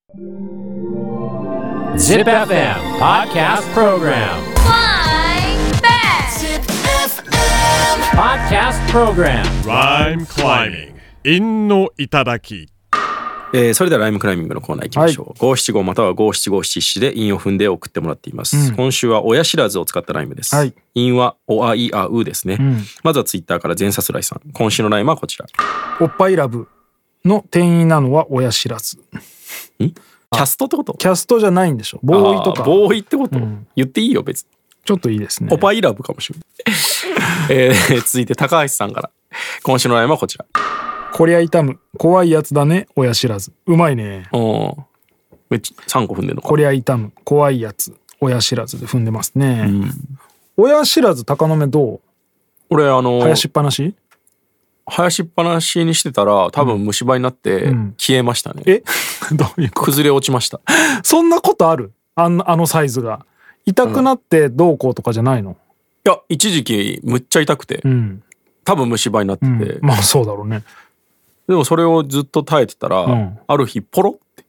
Zip FM Podcast Program Flying Back Podcast Program Rhyme climbing 陰の頂き。 それではライムクライミングのコーナー行きましょう。五七五または五七五七七で韻を踏んで送ってもらっています。今週は親知らずを使ったライムです。 はい、 韻はおあいあうですね。まずはツイッターから全サスライさん。今週のライムはこちら。 おっぱいラブの店員なのは親知らず。 キャストってこと？ キャストじゃないんでしょ。ボーイとか。 ボーイってこと、言っていいよ別に。 ちょっといいですね。 おっぱいラブかもしれない。続いて高橋さんから。今週のライムはこちら。 こりゃ痛む怖いやつだね親知らず。うまいね。 めっちゃ3個踏んでるのか。 こりゃ痛む怖いやつ親知らずで踏んでますね。親知らず高野目どう？ 俺生やしっぱなし？ 生やしっぱなしにしてたら多分虫歯になって消えましたね。 どういうこと？ 崩れ落ちました。 そんなことある？あのサイズが痛くなってどうこうとかじゃないの？ いや一時期むっちゃ痛くて、多分虫歯になってて、 まあそうだろうね。 でもそれをずっと耐えてたら、ある日ポロって。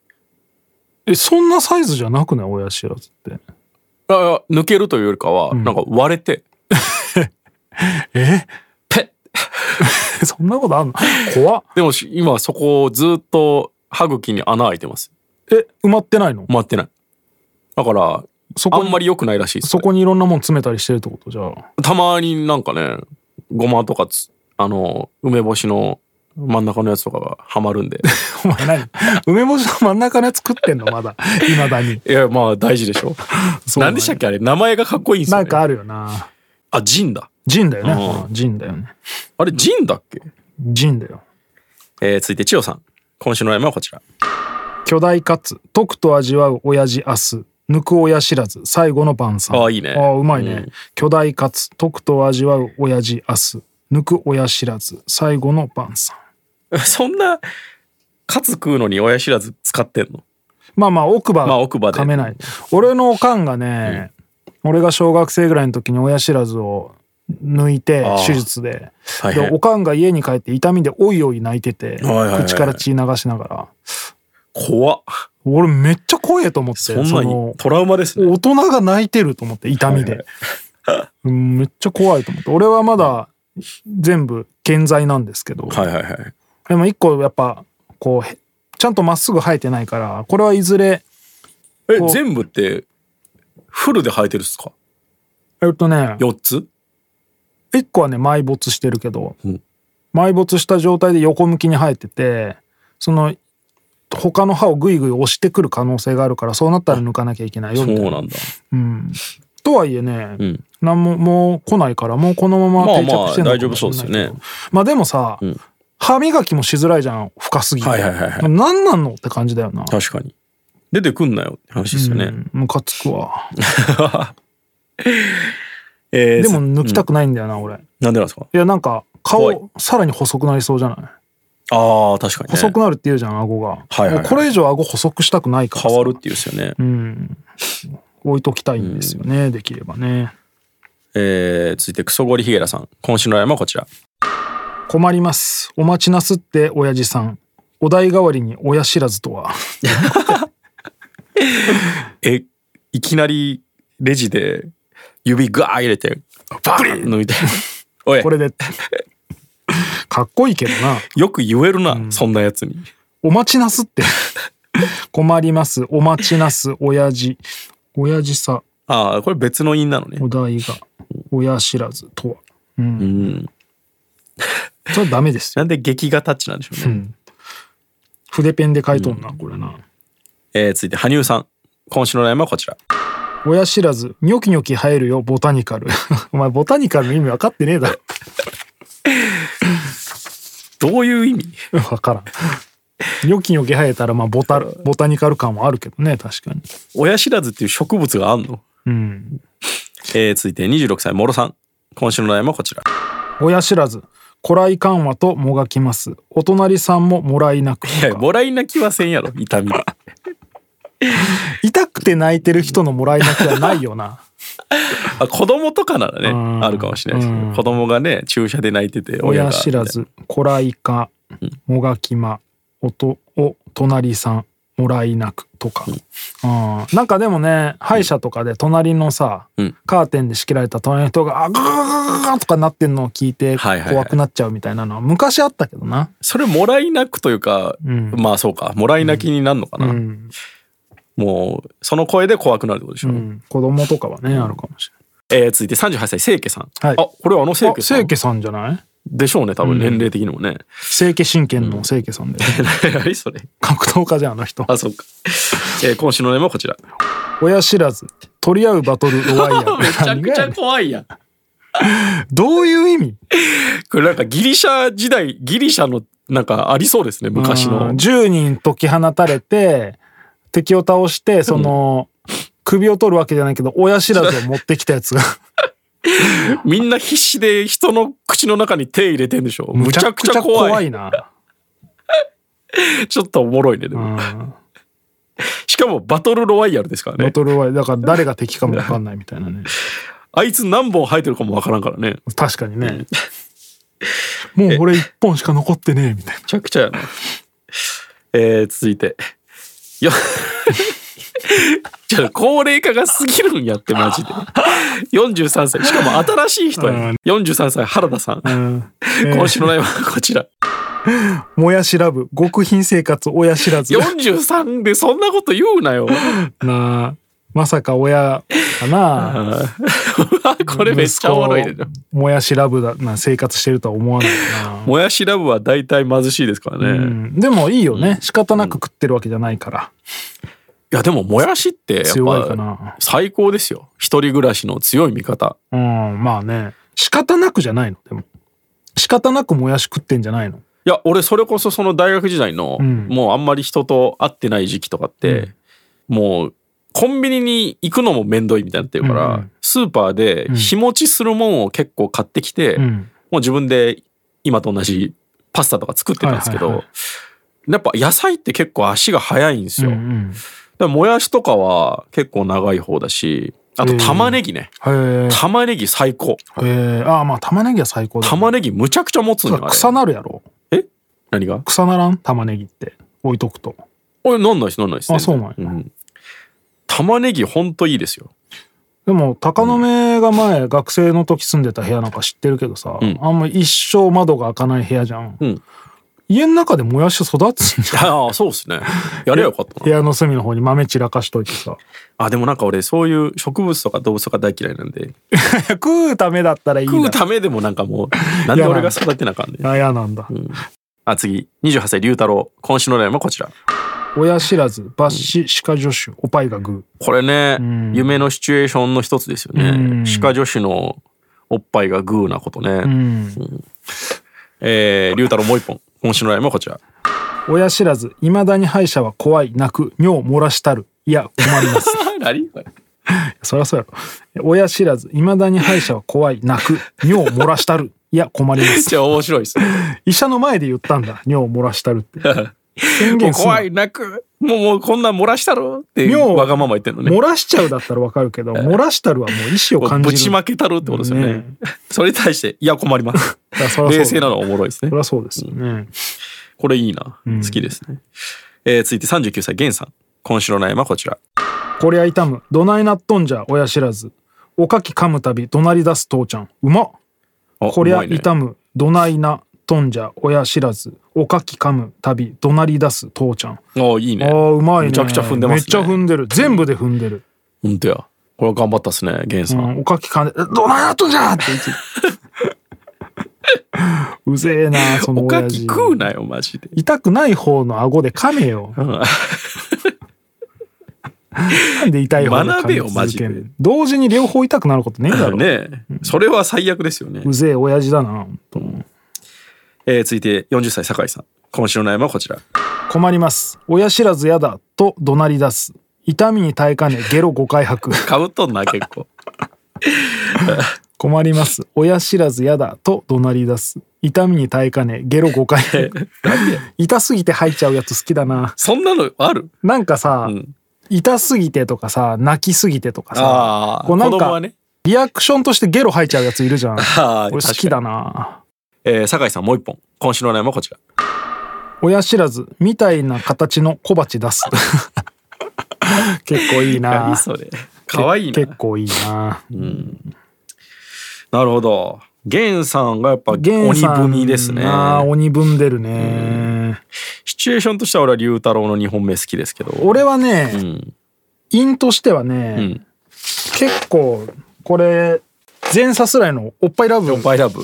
そんなサイズじゃなくない親知らずって？ 抜けるというよりかは、なんか割れてペッそんなことあんの？怖っ。 でも今そこをずっと歯茎に穴開いてます。 埋まってないの？ 埋まってない。だからあんまり良くないらしいです。 そこにいろんなもん詰めたりしてるってこと？じゃあたまになんかねごまとか梅干しの真ん中のやつとかがハマるんでお前何梅干しの真ん中のやつ食ってんのまだ未だに？ いやまあ大事でしょ。なんでしたっけあれ名前がかっこいいんですよね。 なんかあるよな。 ジンだ。 ジンだよね。ジンだよね。 あれジンだっけ？ ジンだよ。 続いて千代さん。今週の山はこちら。 巨大かつとくと味わう親父明日抜く親知らず最後の晩餐。 いいね。 うまいね。巨大かつとくと味わう親父明日抜く親知らず最後の晩餐。 そんなカツ食うのに親知らず使ってんの？まあ奥歯で噛めない。俺のおかんがね、俺が小学生ぐらいの時に親知らずを抜いて手術で、おかんが家に帰って痛みでおいおい泣いてて、口から血流しながら。 怖っ。 俺めっちゃ怖えと思って。 そんなにトラウマですね。 大人が泣いてると思って痛みで、めっちゃ怖いと思って。俺はまだ全部健在なんですけど、でも一個やっぱこうちゃんとまっすぐ生えてないから、これはいずれ全部ってフルで生えてるっすか？4つ 1個はね埋没してるけど、埋没した状態で横向きに生えてて、その他の歯をグイグイ押してくる可能性があるから、そうなったら抜かなきゃいけないよみたいな。 そうなんだ。 とはいえね、何ももう来ないから、もうこのまま定着してんのかもしれないけど、 大丈夫そうですよね。 まあでもさ、歯磨きもしづらいじゃん、深すぎて。何なんのって感じだよな。 確かに出てくんなよって話ですよね。 ムカつくわ。でも抜きたくないんだよな、俺。 なんでなんですか？ いやなんか顔さらに細くなりそうじゃない？ 確かに、ね、 細くなるって言うじゃん、顎が。これ以上顎細くしたくないからさ。 変わるって言うんですよね。 置いときたいんですよね、できればね。 続いてクソゴリヒゲラさん。今週の山はこちら。 困りますお待ちなすって親父さん、お代替わりに親知らずとは。 いきなりレジで指ガー入れてバーン抜いておいこれでかっこいいけどな。 よく言えるな、そんなやつにお待ちなすって困りますお待ちなす親父さ。 これ別の韻なのね。 お題が親知らずとは。それはダメですよ。 なんで劇画タッチなんでしょうね。 筆ペンで書いとんな、これな。 続いて羽生さん。今週の悩みはこちら。 親知らずニョキニョキ生えるよボタニカル。お前ボタニカルの意味分かってねえだろ。 どういう意味？ 分からん。ニョキニョキ生えたらまあボタニカル感はあるけどね、確かに。 親知らずっていう植物があんの？続いて26歳モロさん。今週の悩みはこちら。 親知らずこらい緩和ともがきます。お隣さんももらい泣く。 いやもらい泣きはせんやろ、痛みで。 痛くて泣いてる人のもらい泣きはないよな。 子供とかならねあるかもしれないですけど、子供がね注射で泣いてて親知らずこらいかもがきまお隣さんもらい泣くとか、なんかでもね歯医者とかで隣のさ、カーテンで仕切られた隣の人がガガガガガとかなってんのを聞いて怖くなっちゃうみたいなのは昔あったけどな。 それもらい泣くというか、まあそうか、もらい泣きになるのかな、もうその声で怖くなるってことでしょ、 子供とかはね、あるかもしれない。 続いて38歳清家さん、 はい、 これは清家さん。 清家さんじゃないでしょうね、多分年齢的にもね。 清家真剣の清家さんで、 何それ。 格闘家じゃんあの人。 あ、そうか。今週のネームはこちら。 親知らず取り合うバトルロワイヤル。 めちゃくちゃ怖いやん。 どういう意味？ これなんかギリシャ時代、ギリシャのなんかありそうですね、昔の。 10人解き放たれて敵を倒してその、首を取るわけじゃないけど親知らずを持ってきたやつがみんな必死で人の口の中に手入れてんでしょ。むちゃくちゃ怖いな。 ちょっとおもろいねでも。しかもバトルロワイヤルですからね。 バトルロワイヤルだから誰が敵かも分かんないみたいなね。 あいつ何本生えてるかも分からんからね。 確かにね。もう俺1本しか残ってねえみたいな。 めちゃくちゃやな。続いてじゃあ高齢化が過ぎるんやってマジで。43歳、しかも新しい人や、43歳原田さん、今週のライブはこちら。 もやしラブ極貧生活親知らず。 43でそんなこと言うなよなあ、まさか親かな。 これめっちゃおもろいね。 もやしラブな生活してるとは思わないな。 もやしラブは大体貧しいですからね、 でもいいよね、仕方なく食ってるわけじゃないから。 いやでももやしってやっぱ最高ですよ。一人暮らしの強い味方。 まあね、仕方なくじゃないの。でも仕方なくもやし食ってんじゃないの。 いや俺それこそその大学時代の、もうあんまり人と会ってない時期とかって、もうコンビニに行くのもめんどいみたいになってるから、スーパーで日持ちするもんを結構買ってきて、もう自分で今と同じパスタとか作ってたんですけど、やっぱ野菜って結構足が早いんですよ。でもやしとかは結構長い方だし、あと玉ねぎね。玉ねぎ最高。 まあ玉ねぎは最高だ、ね。 玉ねぎむちゃくちゃ持つんよ。 草なるやろ。 何が？ 草ならん？玉ねぎって置いとくと。 なんないですなんないです。 あ、そうなんや。 玉ねぎほんといいですよ。 でも高野目が前、学生の時住んでた部屋なんか知ってるけどさ、あんま一生窓が開かない部屋じゃん。家の中でもやし育つんじゃん。 ああ、そうですね。やればよかったな。 部屋の隅の方に豆散らかしといてさ。 でもなんか俺そういう植物とか動物とか大嫌いなんで。 食うためだったらいいな。 食うためでもなんなんかなんで俺が育てなあかんねん。 嫌なんだ。 次28歳龍太郎、今週のラインはこちら。 親知らず抜歯歯科助手おっぱいがグー。 これね、夢のシチュエーションの一つですよね。歯科助手のおっぱいがグーなことね。龍太郎もう一本、今週のラインはこちら。 親知らず未だに歯医者は怖い、泣く、尿漏らしたる、いや困ります。 何これ。 そりゃそうやろ。親知らず未だに歯医者は怖い、泣く、尿漏らしたる、いや困ります。 じゃあ面白いですね。 医者の前で言ったんだ、尿漏らしたるって。宣言すんな。 怖い、泣く、もうこんなん漏らしたろってわがまま言ってんのね。 漏らしちゃうだったらわかるけど、漏らしたるはもう意思を感じる。 ぶちまけたるってことですよね。それに対していや困ります。冷静なのはおもろいですね。 そりゃそうですよね。 これいいな、好きですね。続いて39歳源さん、今週の悩みはこちら。 こりゃ痛む、どないなっとんじゃ親知らず、おかき噛むたび怒鳴り出す父ちゃん、うまっ。こりゃ痛む、どないなとんじゃ親知らず、おかき噛むたび怒鳴り出す父ちゃん。 いいね。 うまいね。 めちゃくちゃ踏んでますね。 めっちゃ踏んでる。全部で踏んでる。 ほんとや。これ頑張ったっすね、源さん。 おかき噛んで、どないなっとんじゃって言って。うぜえな、その親父。 おかき食うなよマジで。 痛くない方の顎で噛めよ。なんで痛い方で噛み続けんねん。同時に両方痛くなることねえだろ。 ね、それは最悪ですよね。 うぜえ親父だな。 続いて40歳酒井さん、今週の悩みはこちら。 困ります、親知らずやだと怒鳴り出す、痛みに耐えかねゲロ5回吐く。 かぶっとんな結構。 困ります、親知らずやだと怒鳴り出す、痛みに耐えかねゲロ5回吐く。痛すぎて吐いちゃうやつ好きだな。 そんなのある？ なんかさ、痛すぎてとかさ、泣きすぎてとかさ、こうなんかリアクションとしてゲロ吐いちゃうやついるじゃん。俺好きだな。 酒井さんもう一本、今週の悩みはこちら。 親知らずみたいな形の小鉢出す結構いいな。 何それかわいいな。 結構いいな。 なるほど。源さんがやっぱ鬼踏ですね。 鬼踏んでるね。 シチュエーションとしては俺は龍太郎の2本目好きですけど、 俺はね、韻としてはね、結構これ前さすらいのおっぱいラブ、 おっぱいラブ、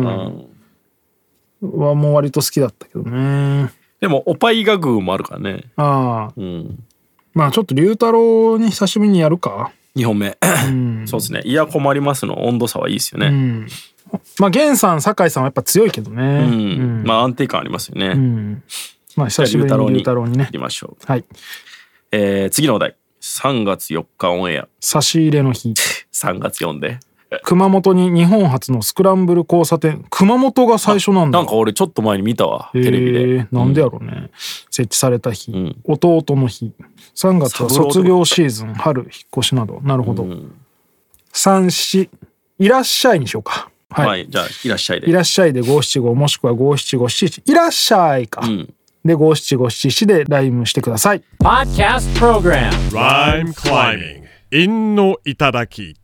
はもう割と好きだったけどね。 でもおっぱいガグもあるからね。 まあちょっと龍太郎に久しぶりにやるか。 2本目そうですね。いや困りますの温度差はいいですよね。 まあ源さん酒井さんはやっぱ強いけどね。 まあ安定感ありますよね。 まあ久しぶりに龍太郎にね行きましょう。 はい。 次のお題、3月4日オンエア、 差し入れの日。 3月4で熊本に日本初のスクランブル交差点。熊本が最初なんだ。 なんか俺ちょっっと前に見たわ、テレビで。 なんでやろうね。設置された日、弟の日。3月は卒業シーズン、春、引っ越しなど。なるほど。3、4、いらっしゃいにしようか。 はい、じゃあいらっしゃいで。 いらっしゃいで575もしくは57577いらっしゃいか。で57577でライムしてください。 Podcast Program Rhyme climbing 陰の頂き。